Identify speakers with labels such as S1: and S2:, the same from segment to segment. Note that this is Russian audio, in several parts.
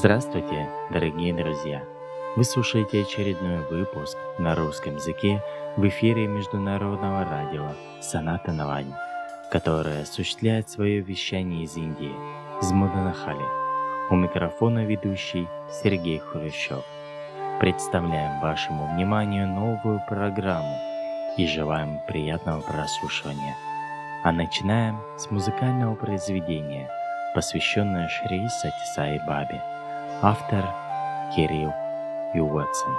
S1: Здравствуйте, дорогие друзья! Вы слушаете очередной выпуск на русском языке в эфире Международного радио «Санатана Вани», которое осуществляет свое вещание из Индии, из Муданахали. У микрофона ведущий Сергей Хрущев. Представляем вашему вниманию новую программу и желаем приятного прослушивания. А начинаем с музыкального произведения, посвященное Шри Сати Сай Бабе. Автор Кирилл Юватсон.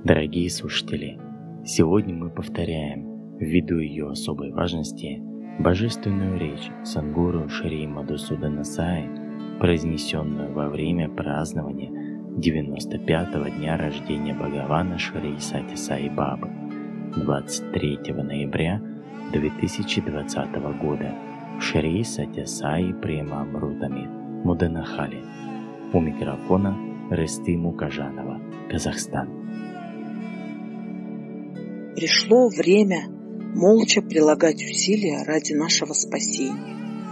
S1: Дорогие слушатели, сегодня мы повторяем, ввиду ее особой важности, божественную речь Сангуру Шри Мадхусудана Саи, произнесенную во время празднования 95-го дня рождения Бхагавана Шри Сати Саи Бабы 23 ноября 2020 года в Шри Сати Саи Према Амрутами Муданахали. У микрофона Ресты Мукажанова, Казахстан.
S2: Пришло время молча прилагать усилия ради нашего спасения.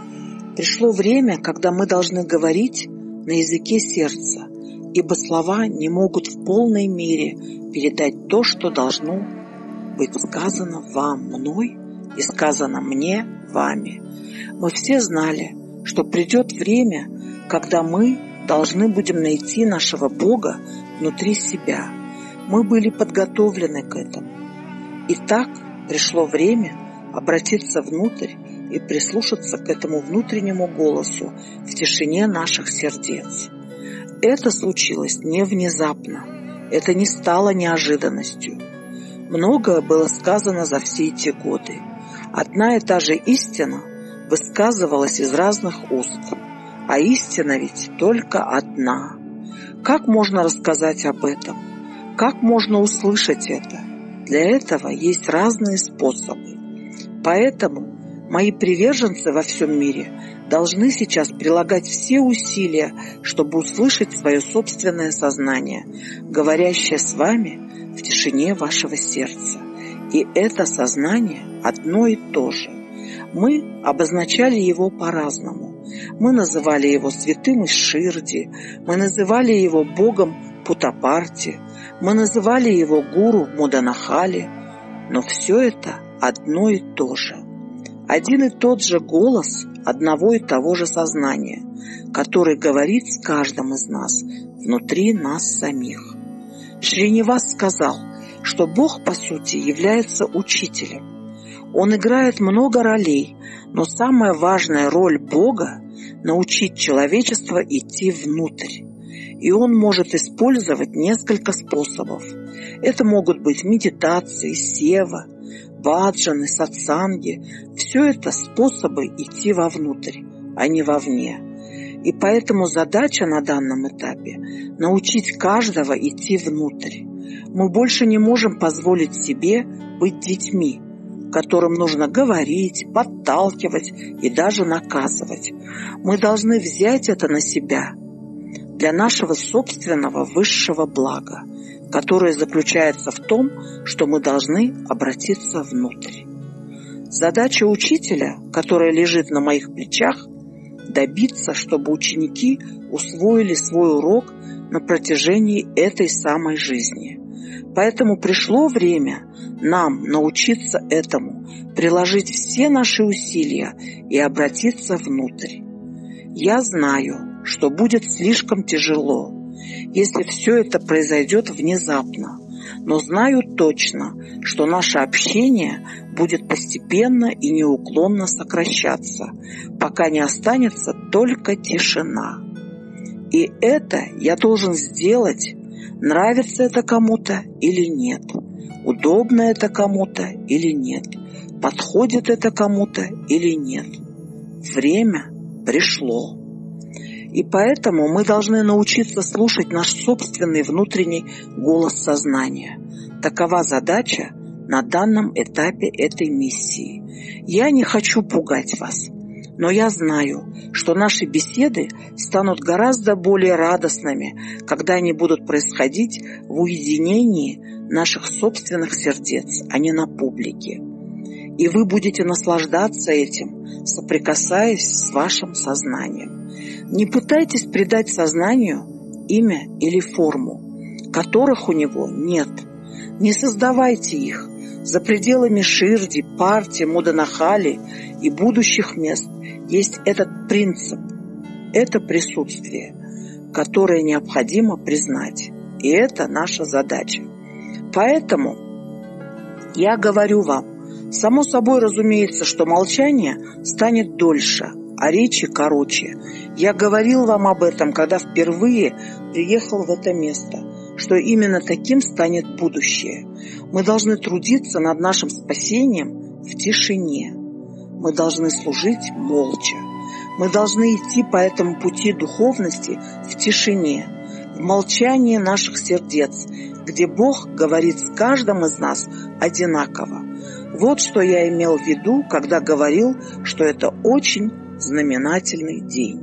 S2: Пришло время, когда мы должны говорить на языке сердца, ибо слова не могут в полной мере передать то, что должно быть сказано вам, мной, и сказано мне, вами. Мы все знали, что придет время, когда мы должны будем найти нашего Бога внутри себя. Мы были подготовлены к этому. Итак, пришло время обратиться внутрь и прислушаться к этому внутреннему голосу в тишине наших сердец. Это случилось не внезапно, это не стало неожиданностью. Многое было сказано за все эти годы. Одна и та же истина высказывалась из разных уст, а истина ведь только одна. Как можно рассказать об этом? Как можно услышать это? Для этого есть разные способы. Поэтому мои приверженцы во всем мире должны сейчас прилагать все усилия, чтобы услышать свое собственное сознание, говорящее с вами в тишине вашего сердца. И это сознание одно и то же. Мы обозначали его по-разному. Мы называли его святым из Ширди, мы называли его Богом Путапарти, мы называли его гуру Муданахали, но все это одно и то же. Один и тот же голос одного и того же сознания, который говорит с каждым из нас, внутри нас самих. Шринивас сказал, что Бог, по сути, является учителем. Он играет много ролей, но самая важная роль Бога – научить человечество идти внутрь. И он может использовать несколько способов. Это могут быть медитации, сева, баджаны, сатсанги. Все это способы идти вовнутрь, а не вовне. И поэтому задача на данном этапе – научить каждого идти внутрь. Мы больше не можем позволить себе быть детьми, которым нужно говорить, подталкивать и даже наказывать. Мы должны взять это на себя для нашего собственного высшего блага, которое заключается в том, что мы должны обратиться внутрь. Задача учителя, которая лежит на моих плечах, добиться, чтобы ученики усвоили свой урок на протяжении этой самой жизни. Поэтому пришло время нам научиться этому, приложить все наши усилия и обратиться внутрь. Я знаю, что будет слишком тяжело, если все это произойдет внезапно, но знаю точно, что наше общение будет постепенно и неуклонно сокращаться, пока не останется только тишина. И это я должен сделать, нравится это кому-то или нет, удобно это кому-то или нет, подходит это кому-то или нет. Время пришло. И поэтому мы должны научиться слушать наш собственный внутренний голос сознания. Такова задача на данном этапе этой миссии. Я не хочу пугать вас, но я знаю, что наши беседы станут гораздо более радостными, когда они будут происходить в уединении наших собственных сердец, а не на публике. И вы будете наслаждаться этим, соприкасаясь с вашим сознанием. Не пытайтесь придать сознанию имя или форму, которых у него нет. Не создавайте их. За пределами Ширди, Парти, Муданахали и будущих мест есть этот принцип, это присутствие, которое необходимо признать. И это наша задача. Поэтому я говорю вам, само собой разумеется, что молчание станет дольше, а речи короче. Я говорил вам об этом, когда впервые приехал в это место, что именно таким станет будущее. Мы должны трудиться над нашим спасением в тишине. Мы должны служить молча. Мы должны идти по этому пути духовности в тишине, в молчании наших сердец, где Бог говорит с каждым из нас одинаково. Вот что я имел в виду, когда говорил, что это очень знаменательный день.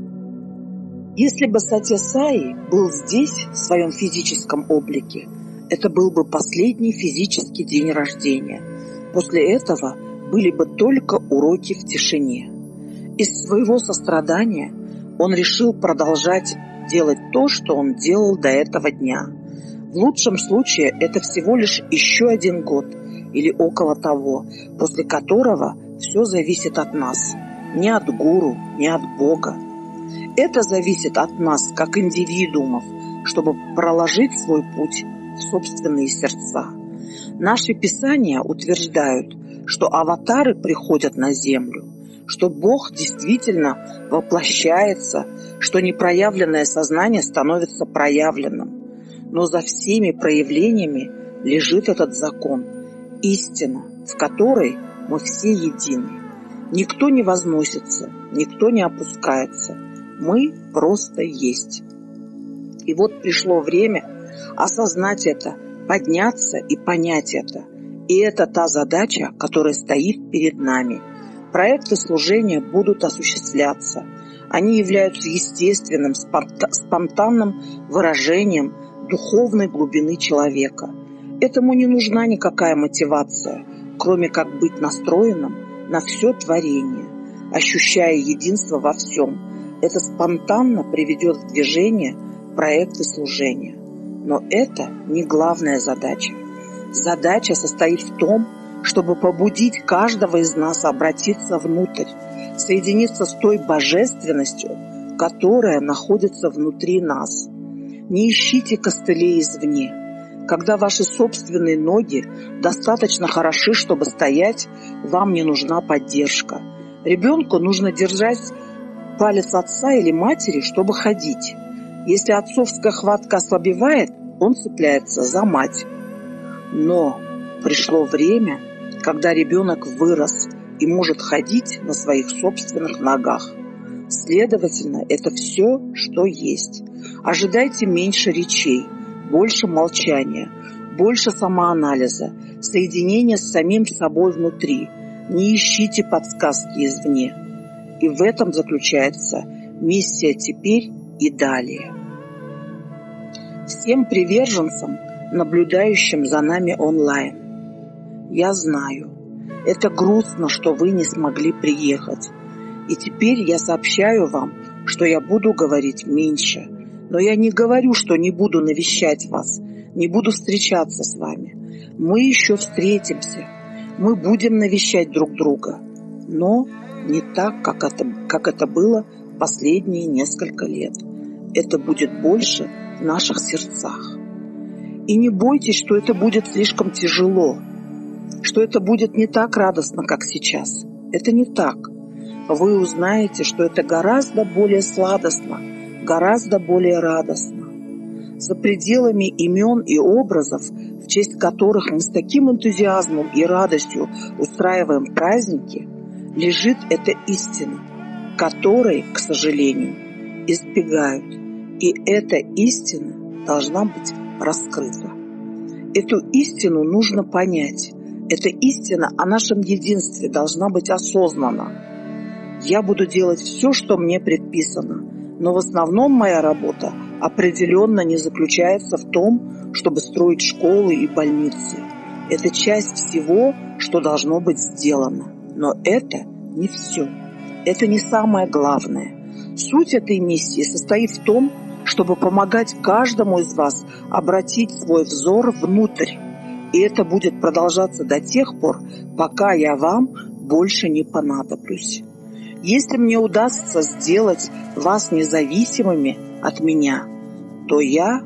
S2: Если бы Сатья Саи был здесь в своем физическом облике, это был бы последний физический день рождения. После этого были бы только уроки в тишине. Из своего сострадания он решил продолжать делать то, что он делал до этого дня. В лучшем случае это всего лишь еще 1 год или около того, после которого все зависит от нас. Не от гуру, не от Бога. Это зависит от нас, как индивидуумов, чтобы проложить свой путь в собственные сердца. Наши писания утверждают, что аватары приходят на землю, что Бог действительно воплощается, что непроявленное сознание становится проявленным. Но за всеми проявлениями лежит этот закон, истина, в которой мы все едины. Никто не возносится, никто не опускается. Мы просто есть. И вот пришло время осознать это, подняться и понять это. И это та задача, которая стоит перед нами. Проекты служения будут осуществляться. Они являются естественным, спонтанным выражением духовной глубины человека. Этому не нужна никакая мотивация, кроме как быть настроенным на все творение, ощущая единство во всем. Это спонтанно приведет в движение проекты служения. Но это не главная задача. Задача состоит в том, чтобы побудить каждого из нас обратиться внутрь, соединиться с той божественностью, которая находится внутри нас. Не ищите костылей извне. Когда ваши собственные ноги достаточно хороши, чтобы стоять, вам не нужна поддержка. Ребенку нужно держать палец отца или матери, чтобы ходить. Если отцовская хватка ослабевает, он цепляется за мать. Но пришло время, когда ребенок вырос и может ходить на своих собственных ногах. Следовательно, это все, что есть. Ожидайте меньше речей, больше молчания, больше самоанализа, соединения с самим собой внутри. Не ищите подсказки извне. И в этом заключается миссия теперь и далее. Всем приверженцам, наблюдающим за нами онлайн. Я знаю, это грустно, что вы не смогли приехать. И теперь я сообщаю вам, что я буду говорить меньше. Но я не говорю, что не буду навещать вас, не буду встречаться с вами. Мы еще встретимся, мы будем навещать друг друга. Но не так, как это было последние несколько лет. Это будет больше в наших сердцах. И не бойтесь, что это будет слишком тяжело, что это будет не так радостно, как сейчас. Это не так. Вы узнаете, что это гораздо более сладостно, гораздо более радостно. За пределами имен и образов, в честь которых мы с таким энтузиазмом и радостью устраиваем праздники, лежит эта истина, которой, к сожалению, избегают. И эта истина должна быть раскрыта. Эту истину нужно понять. Эта истина о нашем единстве должна быть осознана. Я буду делать все, что мне предписано, но в основном моя работа определенно не заключается в том, чтобы строить школы и больницы. Это часть всего, что должно быть сделано. Но это не все. Это не самое главное. Суть этой миссии состоит в том, чтобы помогать каждому из вас обратить свой взор внутрь. И это будет продолжаться до тех пор, пока я вам больше не понадоблюсь. Если мне удастся сделать вас независимыми от меня, то я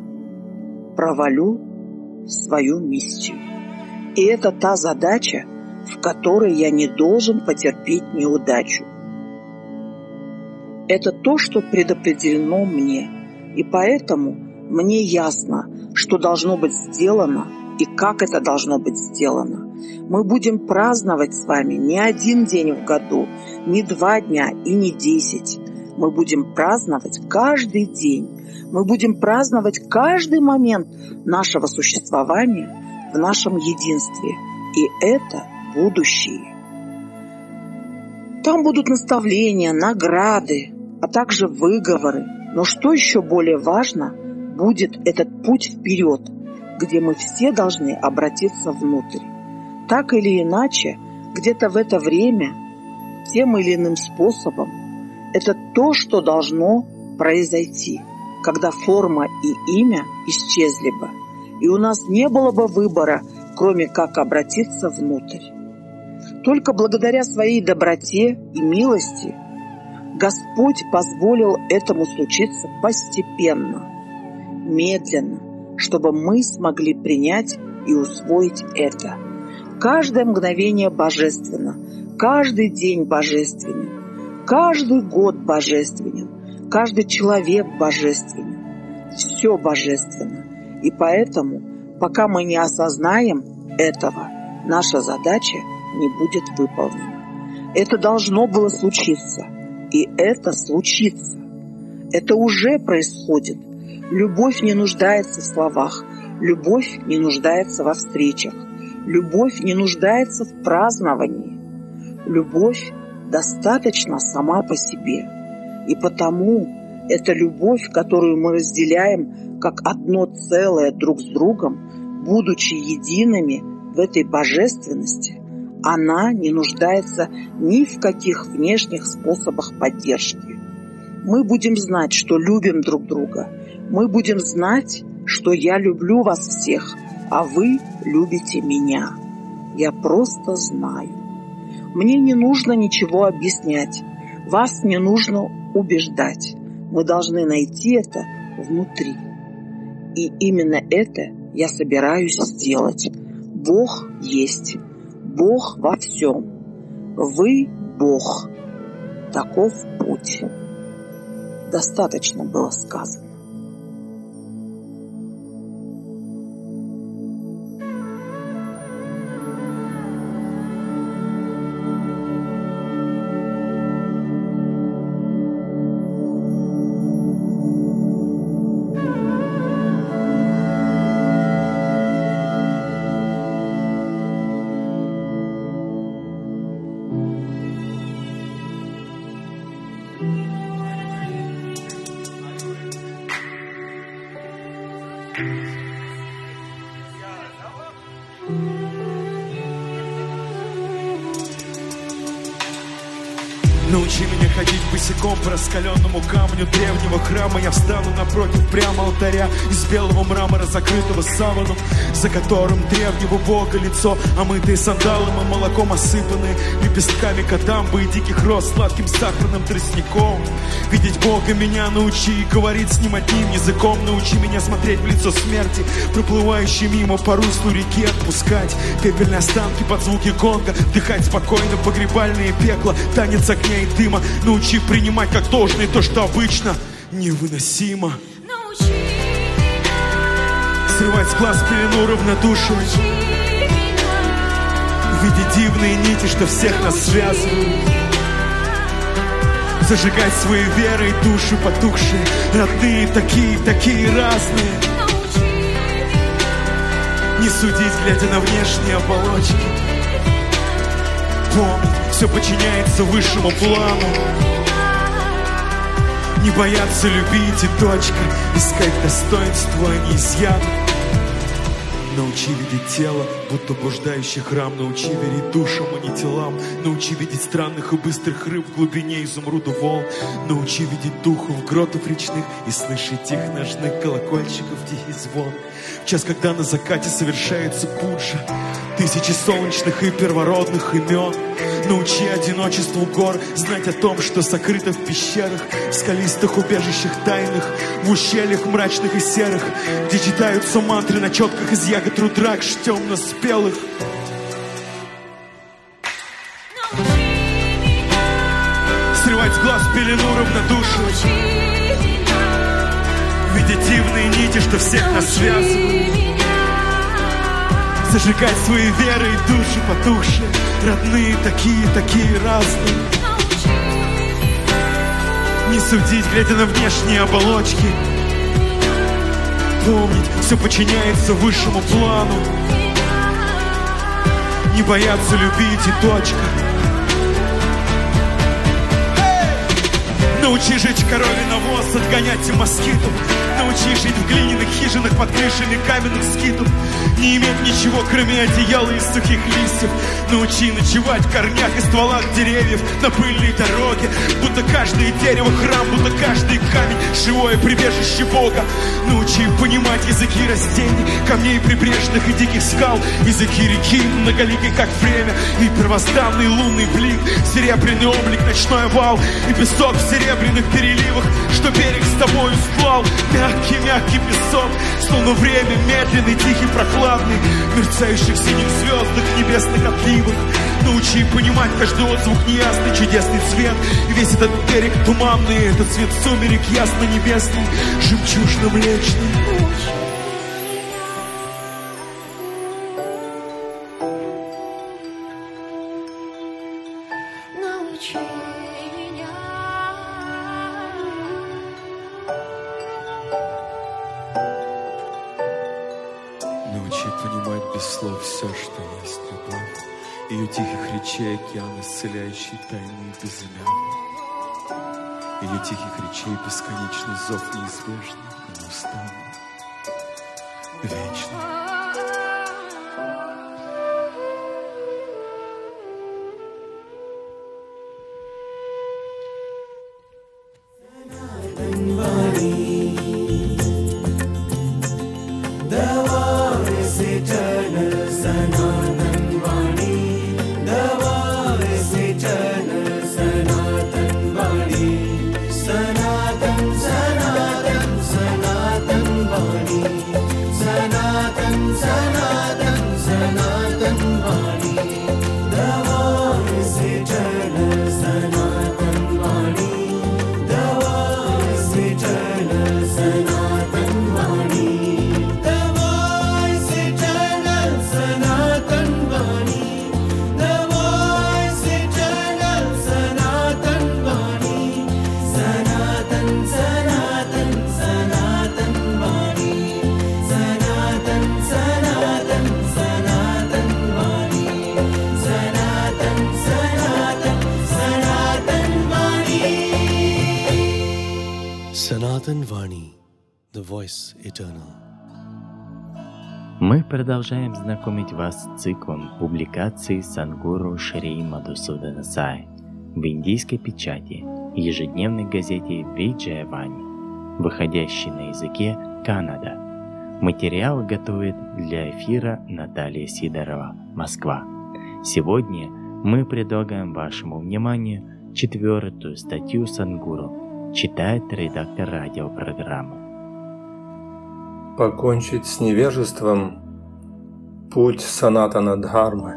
S2: провалю свою миссию. И это та задача, в которой я не должен потерпеть неудачу. Это то, что предопределено мне. И поэтому Мне ясно, что должно быть сделано и как это должно быть сделано. Мы будем праздновать с вами не один день в году, не 2 дня и не 10. Мы будем праздновать каждый день. Мы будем праздновать каждый момент нашего существования в нашем единстве. И это будущее. Там будут наставления, награды, а также выговоры. Но что еще более важно, будет этот путь вперед, где мы все должны обратиться внутрь. Так или иначе, где-то в это время, тем или иным способом, это то, что должно произойти, когда форма и имя исчезли бы, и у нас не было бы выбора, кроме как обратиться внутрь. Только благодаря своей доброте и милости Господь позволил этому случиться постепенно, медленно, чтобы мы смогли принять и усвоить это. Каждое мгновение божественно, каждый день божественен, каждый год божественен, каждый человек божественен, все божественно. И поэтому, пока мы не осознаем этого, наша задача не будет выполнена. Это должно было случиться, и это случится. Это уже происходит. Любовь не нуждается в словах, любовь не нуждается во встречах, любовь не нуждается в праздновании. Любовь достаточно сама по себе. И потому эта любовь, которую мы разделяем как одно целое друг с другом, будучи едиными в этой божественности, она не нуждается ни в каких внешних способах поддержки. Мы будем знать, что любим друг друга. Мы будем знать, что я люблю вас всех, а вы любите меня. Я просто знаю. Мне не нужно ничего объяснять. Вас не нужно убеждать. Мы должны найти это внутри. И именно это я собираюсь сделать. Бог есть. Бог во всем. Вы Бог. Таков путь. Достаточно было сказано.
S3: Научи меня ходить босиком по раскаленному камню древнего храма. Я встану напротив прямо алтаря из белого мрамора, закрытого саваном, за которым древнего бога лицо, омытые сандалом и молоком осыпанные лепестками кадамбы и диких роз, сладким сахарным тростником. Видеть Бога меня научи и говорить с Ним одним языком. Научи меня смотреть в лицо смерти, проплывающей мимо по руслу реки, отпускать пепельные останки под звуки гонга, вдыхать спокойно погребальные пекла, танец огня и дыма. Научи принимать как должное то, что обычно невыносимо. Срывать с глаз пелену равнодушия, видеть дивные нити, что всех нас связывают. Зажигать свои веры и души потухшие, родные такие разные. Не судить, глядя на внешние оболочки. Помнить, все подчиняется высшему плану. Не бояться любить и точка, искать достоинство, а не изъян. Научи видеть тело, будто блуждающий храм. Научи верить душам, а не телам. Научи видеть странных и быстрых рыб в глубине изумруда волн. Научи видеть духов гротов речных и слышать их ножных колокольчиков тихий звон. В час, когда на закате совершается пуджа, тысячи солнечных и первородных имен. Научи одиночеству гор знать о том, что сокрыто в пещерах, в скалистых убежищах тайных, в ущельях мрачных и серых, где читаются мантры на четках из ягод рудракш темно-спелых. Срывать с глаз пелену равнодушия, Медитивные нити, что всех нас связывают. Зажигать свои веры и души потухшие. Родные такие разные. Не судить, глядя на внешние оболочки. Помнить, все подчиняется высшему плану. Не бояться любить и точка. Научи жечь коровий навоз, отгонять и москитов. Научи жить в глиняных хижинах под крышами каменных скитов. Не иметь ничего, кроме одеяла из сухих листьев. Научи ночевать в корнях и стволах деревьев на пыльной дороге. Будто каждое дерево храм, будто каждый камень живое прибежище Бога. Научи понимать языки растений, камней прибрежных и диких скал. Языки реки, многоликой как время. И первозданный лунный блик, серебряный облик, ночной вал. И песок в серебряных переливах, что берег с тобой устлал. Мягкий песок, словно время медленный, тихий, прохладный. В мерцающих синих звездах, небесных отливах. Научи понимать каждый отзвук, неясный, чудесный цвет. И весь этот берег туманный, этот цвет сумерек ясно-небесный, жемчужно-млечный.
S4: Научи понимать без слов все, что есть любовь. Ее тихих речей океан, исцеляющий тайны безымянный. Ее тихих речей бесконечный зов неизбежный, неустанный, вечный.
S5: Sanatan Vani, the voice eternal.
S1: Мы продолжаем знакомить вас с циклом публикаций Садгуру Шри Мадхусудана Сай в индийской печати, ежедневной газете Виджаявани, выходящей на языке Канада. Материал готовит для эфира Наталья Сидорова, Москва. Сегодня мы предлагаем вашему вниманию 4-ю статью Садгуру. Читает редактор радиопрограммы.
S6: Покончить с невежеством – путь санатана дхармы.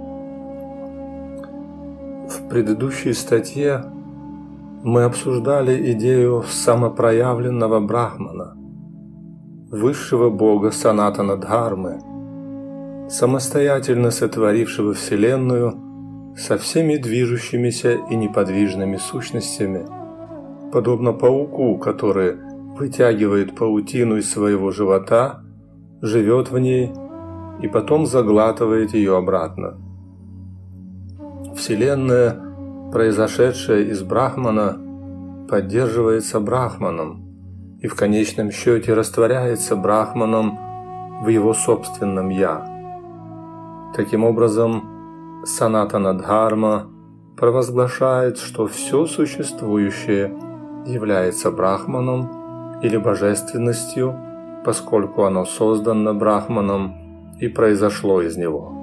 S6: В предыдущей статье мы обсуждали идею самопроявленного брахмана, высшего бога санатана дхармы, самостоятельно сотворившего Вселенную со всеми движущимися и неподвижными сущностями, подобно пауку, который вытягивает паутину из своего живота, живет в ней и потом заглатывает ее обратно. Вселенная, произошедшая из Брахмана, поддерживается Брахманом и в конечном счете растворяется Брахманом в его собственном «Я». Таким образом, Санатана Дхарма провозглашает, что все существующее является Брахманом или божественностью, поскольку оно создано Брахманом и произошло из него.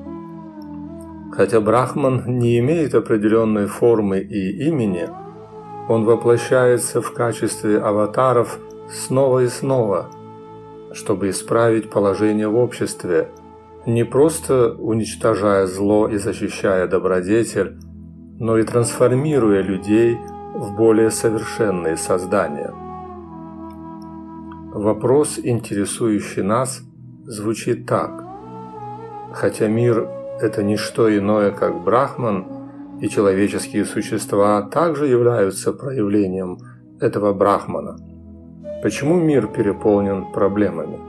S6: Хотя Брахман не имеет определенной формы и имени, он воплощается в качестве аватаров снова и снова, чтобы исправить положение в обществе, не просто уничтожая зло и защищая добродетель, но и трансформируя людей в более совершенные создания. вопрос, интересующий нас, звучит так. Хотя мир – это не что иное, как Брахман, и человеческие существа также являются проявлением этого Брахмана, почему мир переполнен проблемами?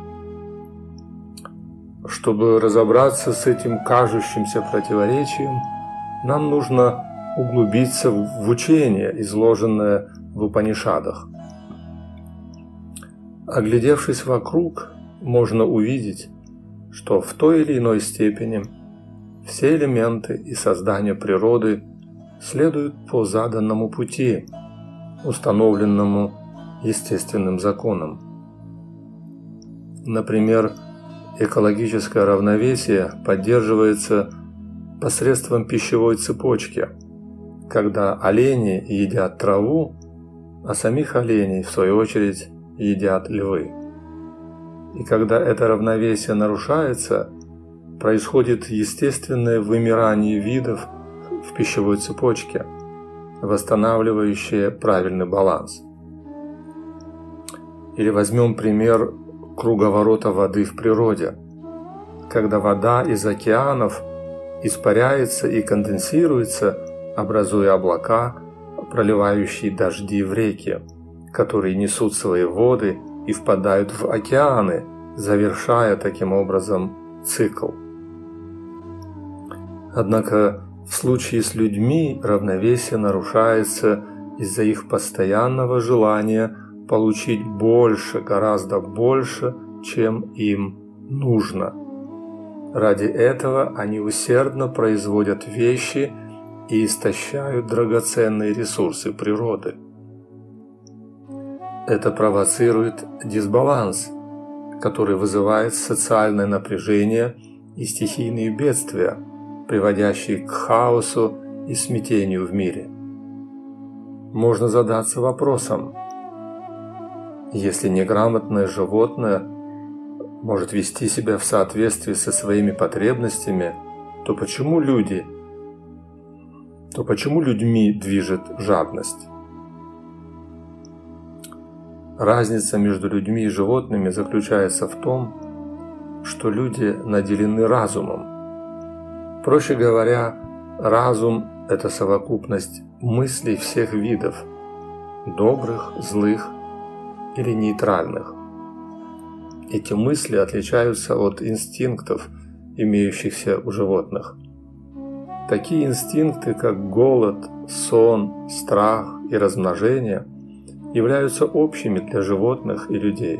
S6: Чтобы разобраться с этим кажущимся противоречием, нам нужно углубиться в учение, изложенное в Упанишадах. Оглядевшись вокруг, можно увидеть, что в той или иной степени все элементы и создания природы следуют по заданному пути, установленному естественным законом. Например, экологическое равновесие поддерживается посредством пищевой цепочки, когда олени едят траву, а самих оленей, в свою очередь, едят львы. И когда это равновесие нарушается, происходит естественное вымирание видов в пищевой цепочке, восстанавливающее правильный баланс. Или возьмем пример круговорота воды в природе, когда вода из океанов испаряется и конденсируется, образуя облака, проливающие дожди в реки, которые несут свои воды и впадают в океаны, завершая таким образом цикл. Однако в случае с людьми равновесие нарушается из-за их постоянного желания получить больше, гораздо больше, чем им нужно. Ради этого они усердно производят вещи и истощают драгоценные ресурсы природы. Это провоцирует дисбаланс, который вызывает социальное напряжение и стихийные бедствия, приводящие к хаосу и смятению в мире. Можно задаться вопросом: если неграмотное животное может вести себя в соответствии со своими потребностями, то почему людьми движет жадность? Разница между людьми и животными заключается в том, что люди наделены разумом. Проще говоря, разум – это совокупность мыслей всех видов – добрых, злых или нейтральных. Эти мысли отличаются от инстинктов, имеющихся у животных. Такие инстинкты, как голод, сон, страх и размножение, являются общими для животных и людей.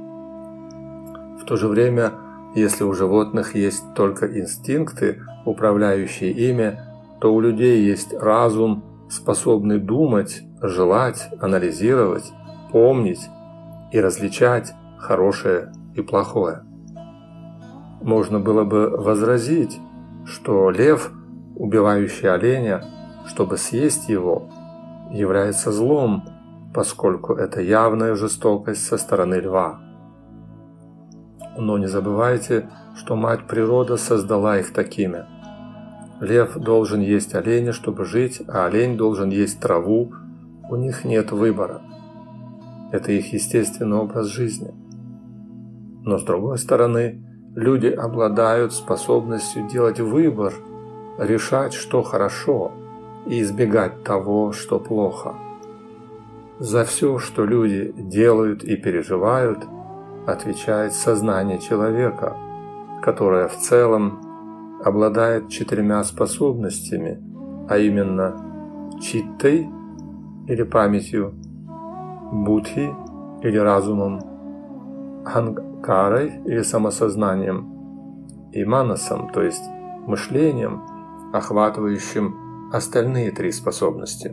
S6: В то же время, если у животных есть только инстинкты, управляющие ими, то у людей есть разум, способный думать, желать, анализировать, помнить и различать хорошее и плохое. Можно было бы возразить, что лев, убивающий оленя, чтобы съесть его, является злом, поскольку это явная жестокость со стороны льва. Но не забывайте, что Мать Природа создала их такими. Лев должен есть оленя, чтобы жить, а олень должен есть траву. У них нет выбора. Это их естественный образ жизни. Но с другой стороны, люди обладают способностью делать выбор, решать, что хорошо, и избегать того, что плохо. За все, что люди делают и переживают, отвечает сознание человека, которое в целом обладает 4 способностями, а именно читтой или памятью, будхи или разумом, анкарой или самосознанием и манасом, то есть мышлением, охватывающим остальные 3 способности.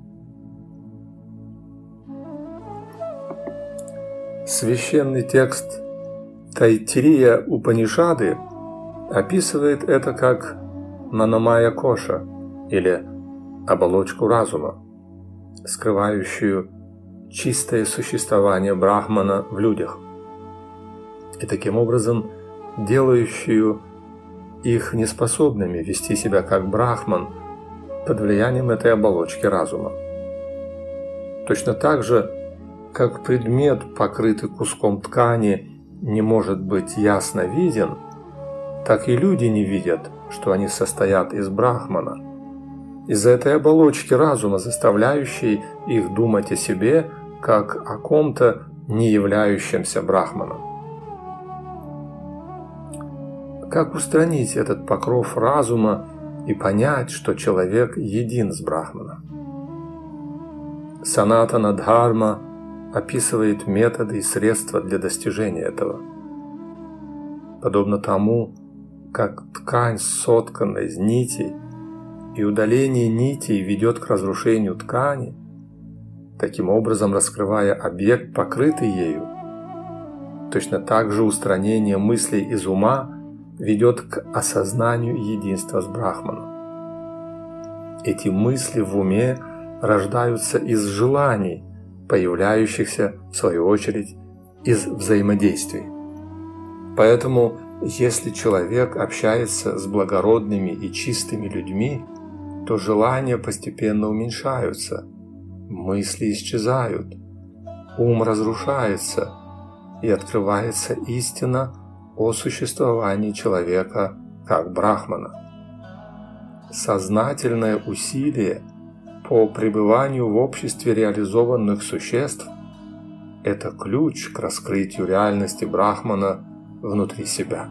S6: Священный текст Тайтирия Упанишады описывает это как манамая коша, или оболочку разума, скрывающую чистое существование Брахмана в людях, и таким образом делающую их неспособными вести себя как Брахман под влиянием этой оболочки разума. Точно так же, как предмет, покрытый куском ткани, не может быть ясно виден, так и люди не видят, что они состоят из Брахмана. Из-за этой оболочки разума, заставляющей их думать о себе, как о ком-то, не являющемся Брахманом. Как устранить этот покров разума и понять, что человек един с Брахманом? Санатана Дхарма описывает методы и средства для достижения этого. Подобно тому, как ткань соткана из нитей, и удаление нитей ведет к разрушению ткани, таким образом раскрывая объект, покрытый ею, точно так же устранение мыслей из ума ведет к осознанию единства с Брахманом. Эти мысли в уме рождаются из желаний, появляющихся, в свою очередь, из взаимодействий. Поэтому, если человек общается с благородными и чистыми людьми, то желания постепенно уменьшаются, мысли исчезают, ум разрушается, и открывается истина о существовании человека как Брахмана. Сознательное усилие по пребыванию в обществе реализованных существ – это ключ к раскрытию реальности Брахмана внутри себя.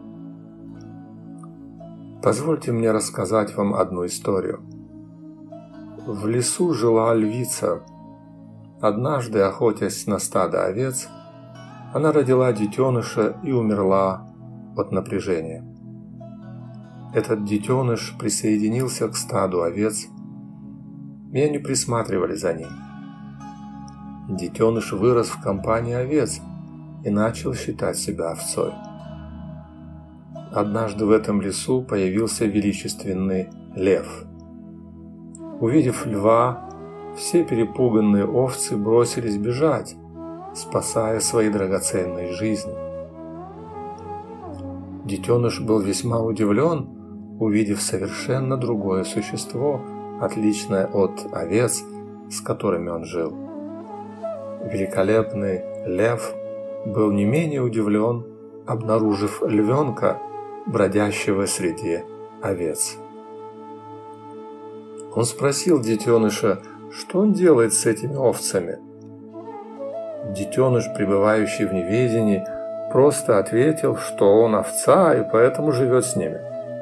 S6: Позвольте мне рассказать вам одну историю. В лесу жила львица. Однажды, охотясь на стадо овец, она родила детеныша и умерла от напряжения. Этот детеныш присоединился к стаду овец, и они присматривали за ним. Детеныш вырос в компании овец и начал считать себя овцой. Однажды в этом лесу появился величественный лев. Увидев льва, все перепуганные овцы бросились бежать, спасая свои драгоценные жизни. Детеныш был весьма удивлен, увидев совершенно другое существо, отличное от овец, с которыми он жил. Великолепный лев был не менее удивлен, обнаружив львенка, бродящего среди овец. Он спросил детеныша, что он делает с этими овцами. Детеныш, пребывающий в неведении, просто ответил, что он овца и поэтому живет с ними.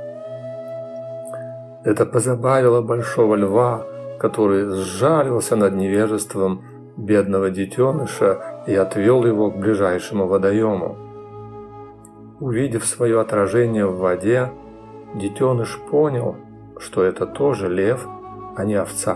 S6: Это позабавило большого льва, который сжалился над невежеством бедного детеныша и отвел его к ближайшему водоему. Увидев свое отражение в воде, детеныш понял, что это тоже лев, а не овца.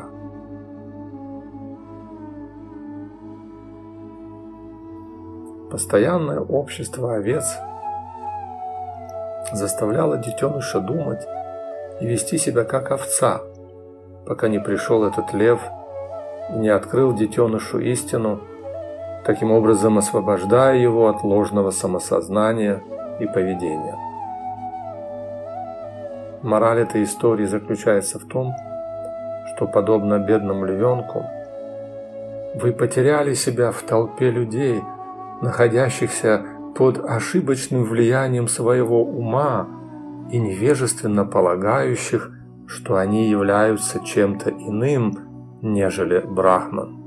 S6: Постоянное общество овец заставляло детеныша думать и вести себя как овца, пока не пришел этот лев и не открыл детенышу истину, таким образом освобождая его от ложного самосознания и поведения. Мораль этой истории заключается в том, что, подобно бедному львенку, вы потеряли себя в толпе людей, находящихся под ошибочным влиянием своего ума и невежественно полагающих, что они являются чем-то иным, нежели Брахман.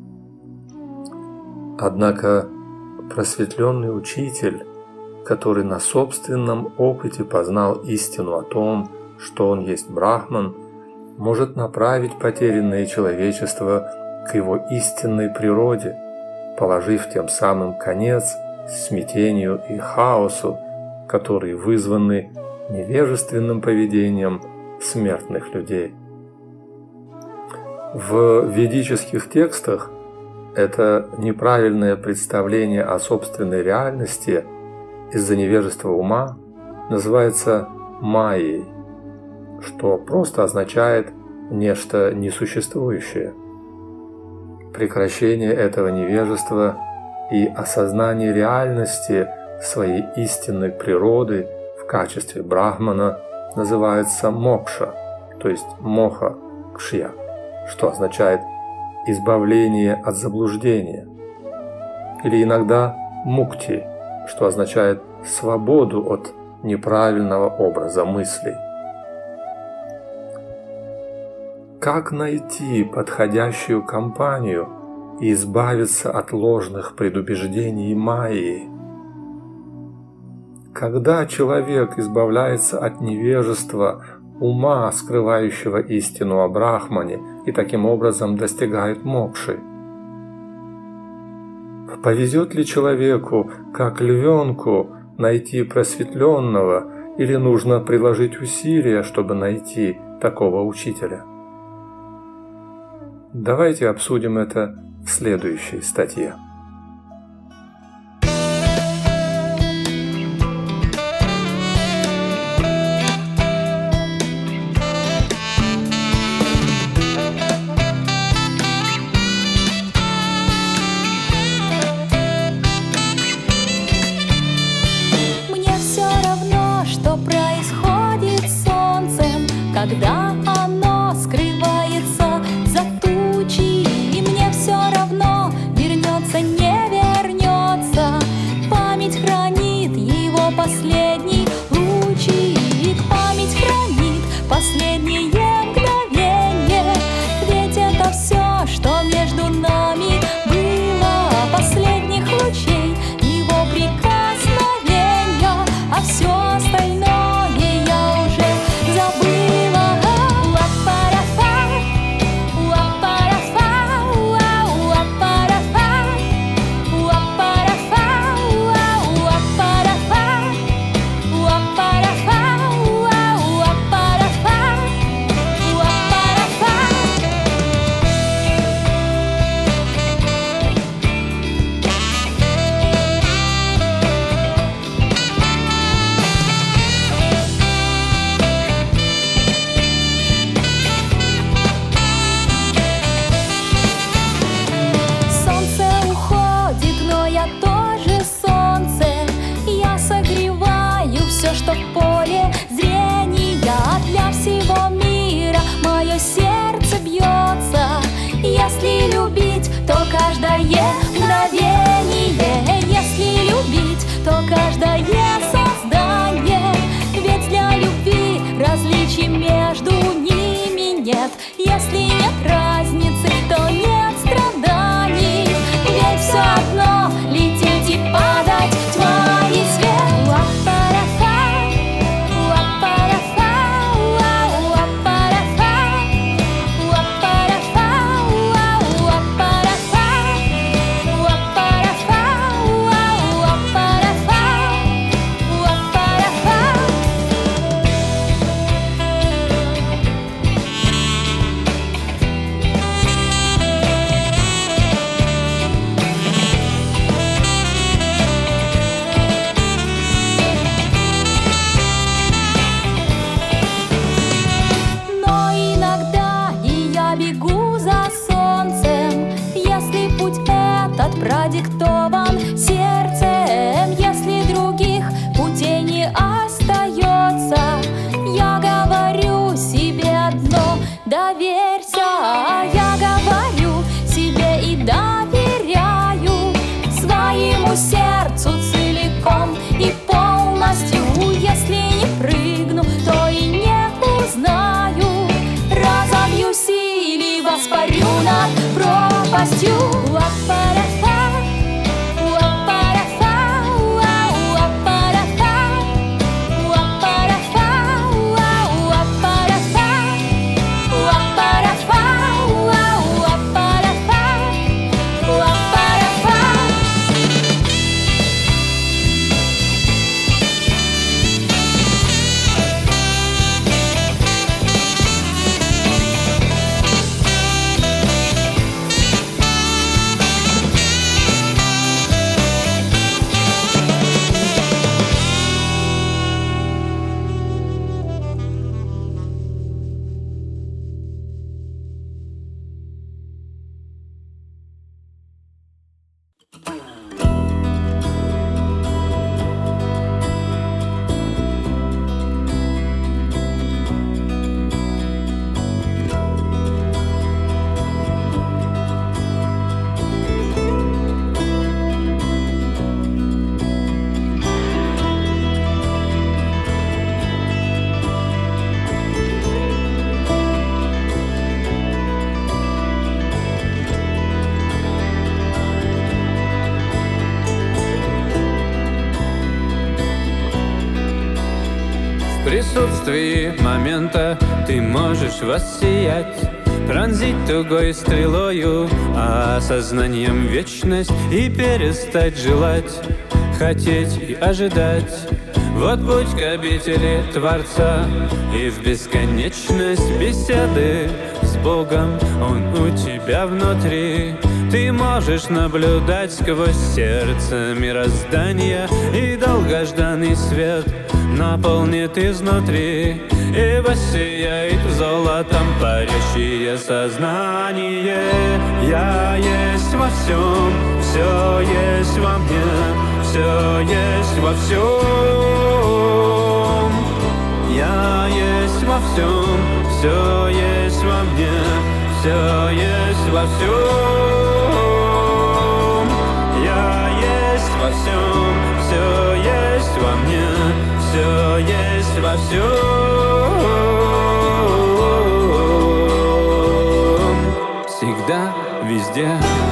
S6: Однако просветленный учитель, который на собственном опыте познал истину о том, что он есть Брахман, может направить потерянное человечество к его истинной природе, положив тем самым конец смятению и хаосу, которые вызваны невежественным поведением смертных людей. В ведических текстах это неправильное представление о собственной реальности из-за невежества ума называется майей, что просто означает нечто несуществующее. Прекращение этого невежества и осознание реальности своей истинной природы в качестве Брахмана называется мокша, то есть моха кшья, что означает избавление от заблуждения, или иногда мукти, что означает свободу от неправильного образа мыслей. Как найти подходящую компанию и избавиться от ложных предубеждений майи? Когда человек избавляется от невежества, ума, скрывающего истину о Брахмане, и таким образом достигает мокши? Повезет ли человеку, как львенку, найти просветленного, или нужно приложить усилия, чтобы найти такого учителя? Давайте обсудим это в следующей статье.
S7: Мне все равно, что происходит с солнцем, когда оно скрывается за тучи. И мне все равно, вернется, не вернется. Память хранит его последний лучик. Память хранит последнее мгновение. Ведь это все, что между нами было. Последних лучей его прикосновения, а все остальное я уже забыла. Уа-парафа, уа-парафа, уа-парафа, уа-парафа, уа-парафа, уа-парафа, уа-парафа, уа-парафа. Солнце уходит, но я тоже солнце. Я согреваю все, что в поле зрения. Для всего мира мое сердце бьется. Если любить, то каждое мгновение. Если любить, то каждое создание. Ведь для любви различий между ними нет. Если нет разницы, то нет страданий. Ведь все одно лететь и падать, тьма и свет. Уа-парафа, уа-парафа, уа-парафа, уа-парафа, уа-парафа, уа-парафа, уа-парафа, уа-парафа. Но иногда и я бегу за солнцем, если путь этот продиктован сердцем, если других путей не остается, я говорю себе одно: доверься. Я говорю себе и доверяю своему сердцу целиком и полностью. Если не прыгну, то и не узнаю. Разобьюсь или воспарю над пропастью. Уа-парафа, уа-парафа, уа-парафа, уа-парафа, уа-парафа, уа-парафа, уа-парафа, уа-парафа.
S8: присутствии момента ты можешь воссиять, пронзить тугой стрелою осознанием вечность и перестать желать, хотеть и ожидать. Вот путь к обители Творца, и в бесконечность беседы с Богом Он у тебя внутри. Ты можешь наблюдать сквозь сердце мироздания, и долгожданный свет наполнит изнутри, и воссияет золотом парящее сознание. Я есть во всем, все есть во мне, все есть во всем. Я есть во всем, все есть во мне, все есть во всем. Я есть во всем, все есть во мне, все есть во всем. Всегда, везде.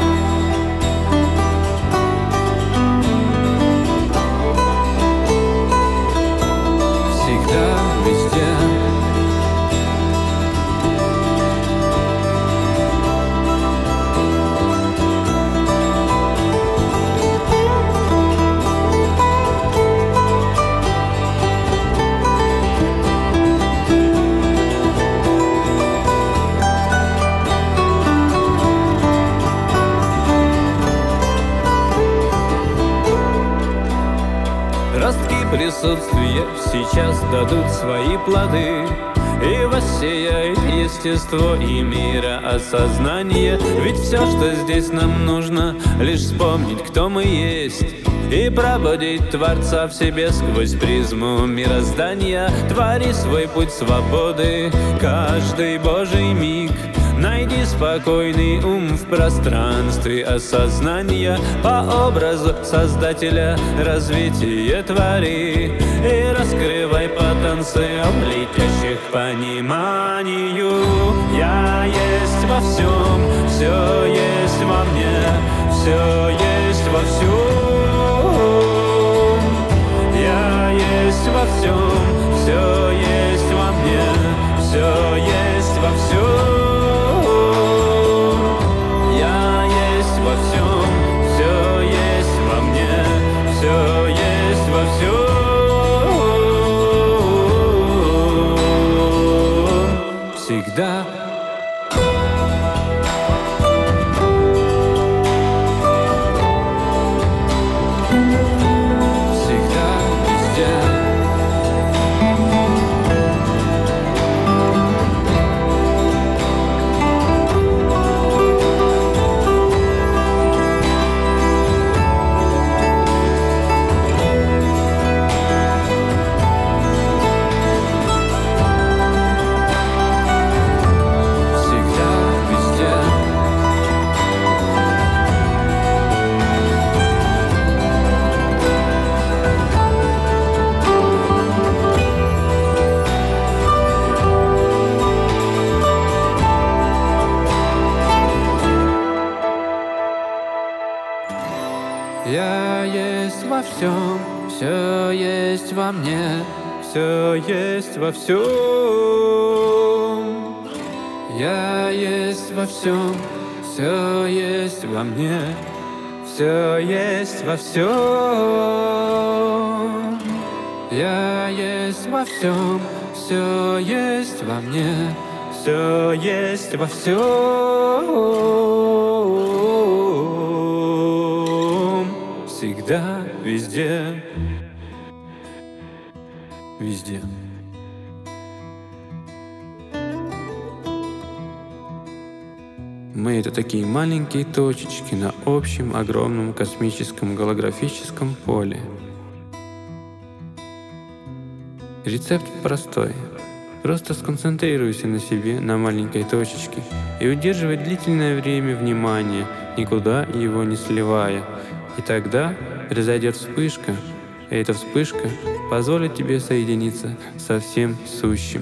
S8: Присутствие сейчас дадут свои плоды, и воссияет естество и мира осознание. Ведь все, что здесь нам нужно, лишь вспомнить, кто мы есть, и пробудить Творца в себе сквозь призму мироздания. Твори свой путь свободы, каждый Божий миг. Найди спокойный ум в пространстве осознания, по образу Создателя развитие твори, и раскрывай потенциал летящих пониманию. Я есть во всем, все есть во мне, все есть во всем. Я есть во всем, все есть во мне, все есть во всем. Всегда. Я есть во всем, все есть во мне, все есть во всем. Я есть во всем, все есть во мне, все есть во всем. Я есть во всем, все есть во мне, все есть во всем. Всегда, везде, везде. Мы — это такие маленькие точечки на общем огромном космическом голографическом поле. Рецепт простой. Просто сконцентрируйся на себе, на маленькой точечке, и удерживай длительное время внимание, никуда его не сливая. И тогда произойдет вспышка, и эта вспышка позволит тебе соединиться со всем сущим.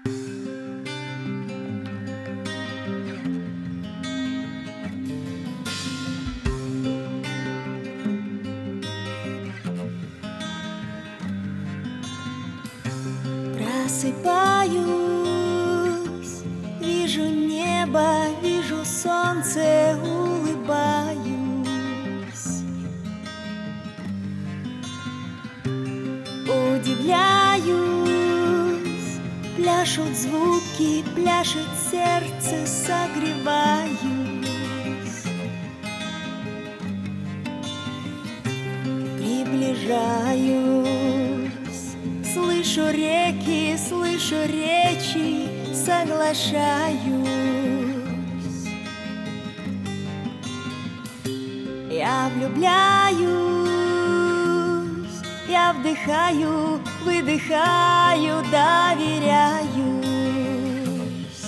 S7: Просыпаюсь, вижу небо, вижу солнце, улыбаюсь. Удивляюсь, пляшут звуки, пляшет сердце, согреваюсь. Приближаюсь, слышу реки, слышу речи, соглашаюсь. Я влюбляюсь, я вдыхаю, выдыхаю, доверяюсь.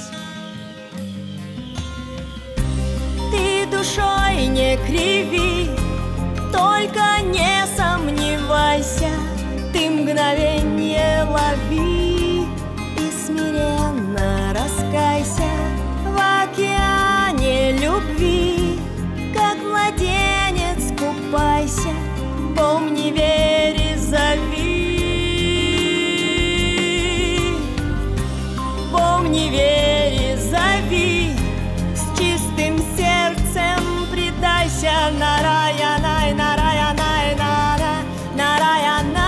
S7: Ты душой не криви, только не сомневайся. Ты мгновенье лови и смиренно раскайся в океане любви, как младенец купайся. Помни, верь и зови. Помни, верь и зови. С чистым сердцем предайся. Нараяна, нараяна, нара, нараяна.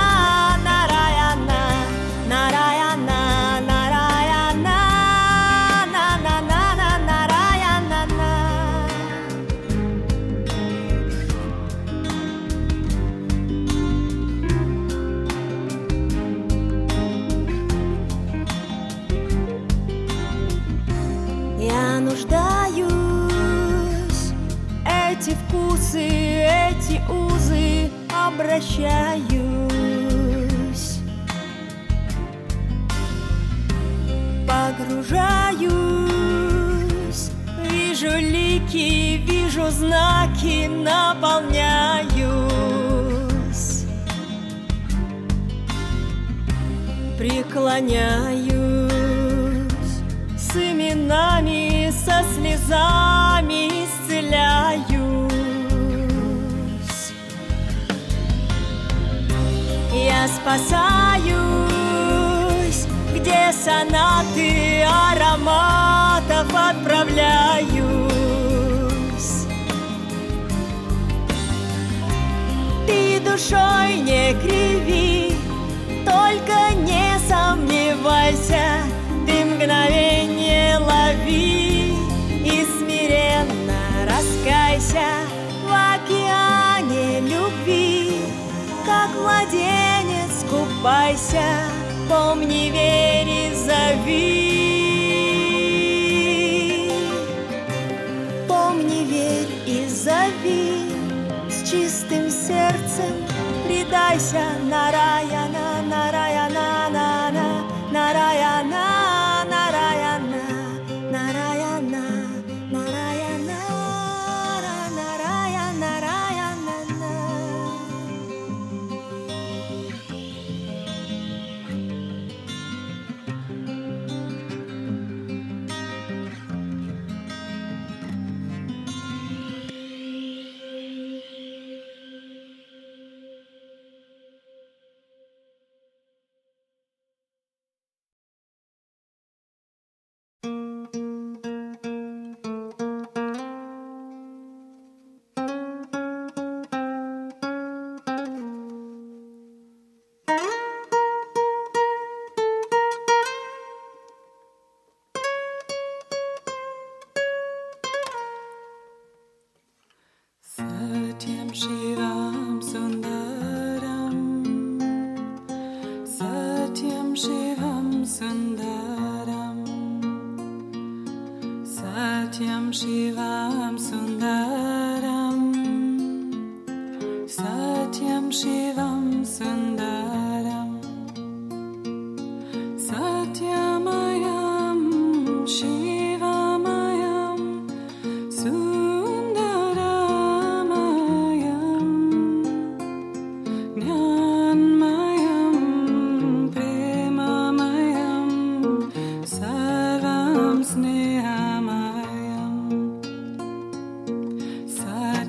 S7: Я нуждаюсь, эти вкусы, эти узы обращаюсь. Погружаюсь, вижу лики, вижу знаки, наполняюсь. Преклоняюсь, с именами, со слезами исцеляюсь. Я спасаюсь, где сонаты ароматов отправляюсь. Ты душой не криви, только не сомневайся. Ты мгновенье лови и смиренно раскайся в океане любви, как младенец купайся. Помни, верь и зови. Помни, верь и зови. С чистым сердцем предайся. Нараяна, нараяна, нараяна.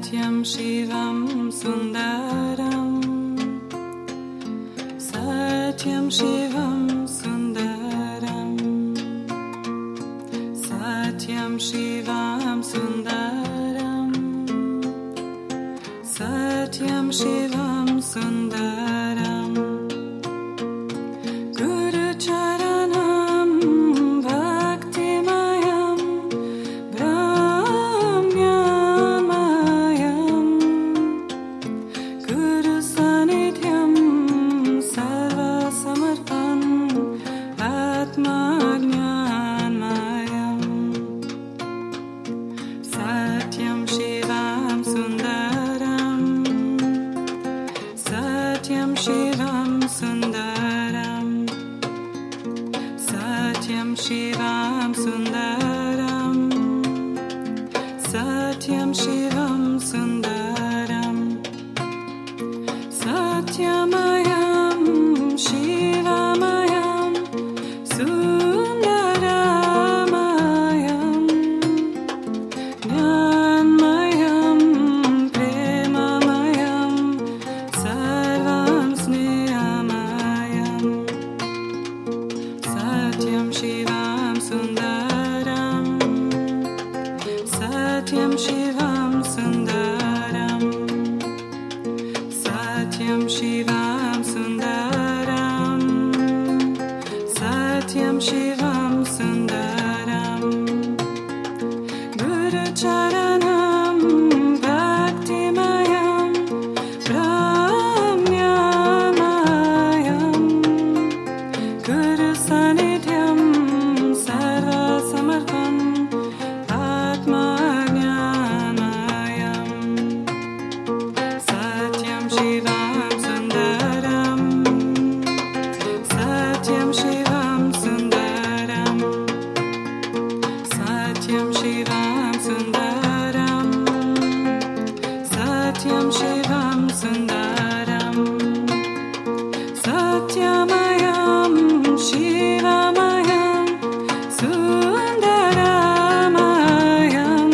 S9: Satyam Shivam Sundaram, Satyam Shivam Sundaram, Satyam Shivam Sundaram, Satyam Shivam Sundaram, Guru Charanam Bhaktimayam Brahmyamayam, Guru Sanidhyam Sarva Samarpan Atmajnanmayam, Satyam Shivam Sundaram, Satyam Shivam Sundaram, Satyam Shivam Sundaram, Satyam Shivam Sundaram, Satyamayam Shivamayam Sundaramayam, Jnanmayam Premamayam Sarvam Snehamayam, Satyam Shivam Sundaram, Satyam Shivam Sundaram, Satyam Shivam Sundaram, Satyam Shivam Sundaram, Guru Charanam Bhaktimayam Brahmyamayam, Guru Sanidhyam Sarva Samarpan Atmajnanmayam, Satyam Shivam Sundaram, Satyam Shivam Sundaram, Satyam Shivam Sundaram, Satyam Shivam Sundaram, Satyamayam Shivamayam Sundaramayam,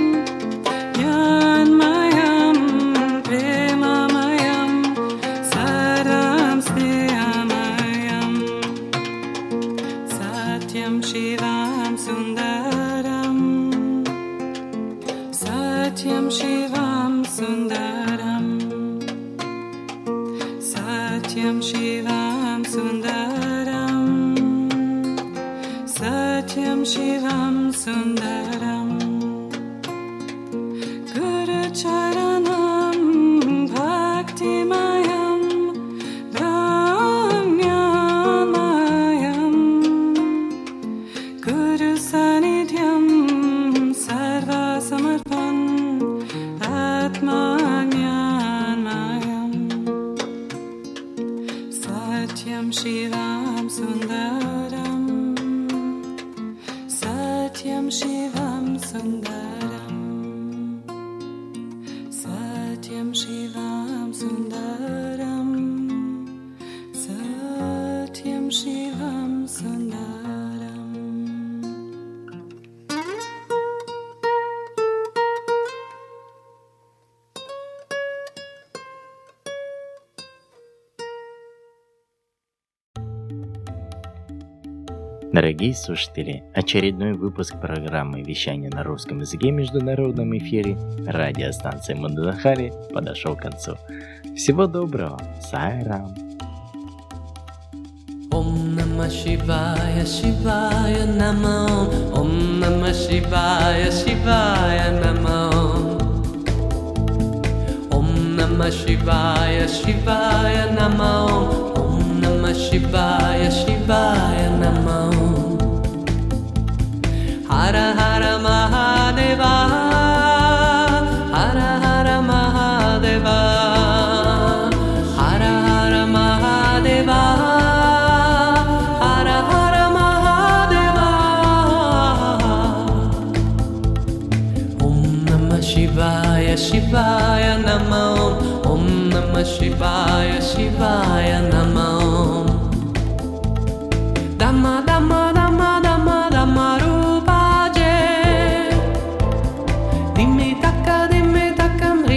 S9: Jnanmayam Premamayam Sarvam Snehamayam, Satyam Shivam Sundaram, Satyam Shivam Sundaram, Satyam Shivam Sundaram, Satyam Shivam Sundaram, Guru Charanam Bhaktimayam Brahmyamayam, Guru Sanidhyam Sarva Samarpan Atmajnanmayam, Satyam Shivam Sundaram, Satyam Shivam Sundaram, Satyam Shivam Sundaram, Satyam Shivam Sundaram.
S1: Дорогие слушатели, очередной выпуск программы «Вещание на русском языке» в международном эфире радиостанции Мандахари подошел к концу. Всего доброго! Сайрам!
S10: Om Namah Shivaya Shivaya Namo Om Namah Shivaya Shivaya Namo Om Namah Shivaya Shivaya Namo Om Namah Shivaya Shivaya Namo Hara Hara Mahadeva Hara Hara Mahadeva Hara Hara Mahadeva Hara Hara Mahadeva Om Namah Shivaya Shivaya Namo Om Namah Shivaya Shivaya Namo Dhamma Dhamma Dhamma Dhamma Dhamma Rupa Je Dimmi Takka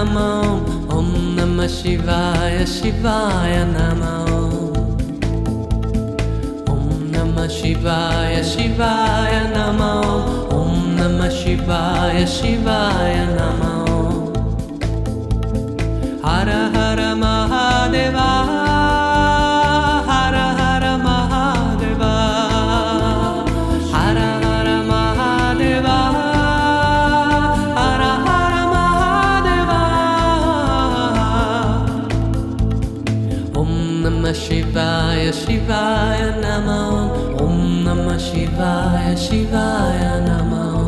S10: Namah Om Namah Shivaya Shivaya Namah Om Namah Shivaya Shivaya Namah Om Namah Shivaya Shivaya Namah Hara Hara Mahadeva Hara Hara Mahadeva Hara Hara Mahadeva Hara Hara Mahadeva Om Namah Shivaya Shivaya Namah Om Namah Shivaya Shivaya Namah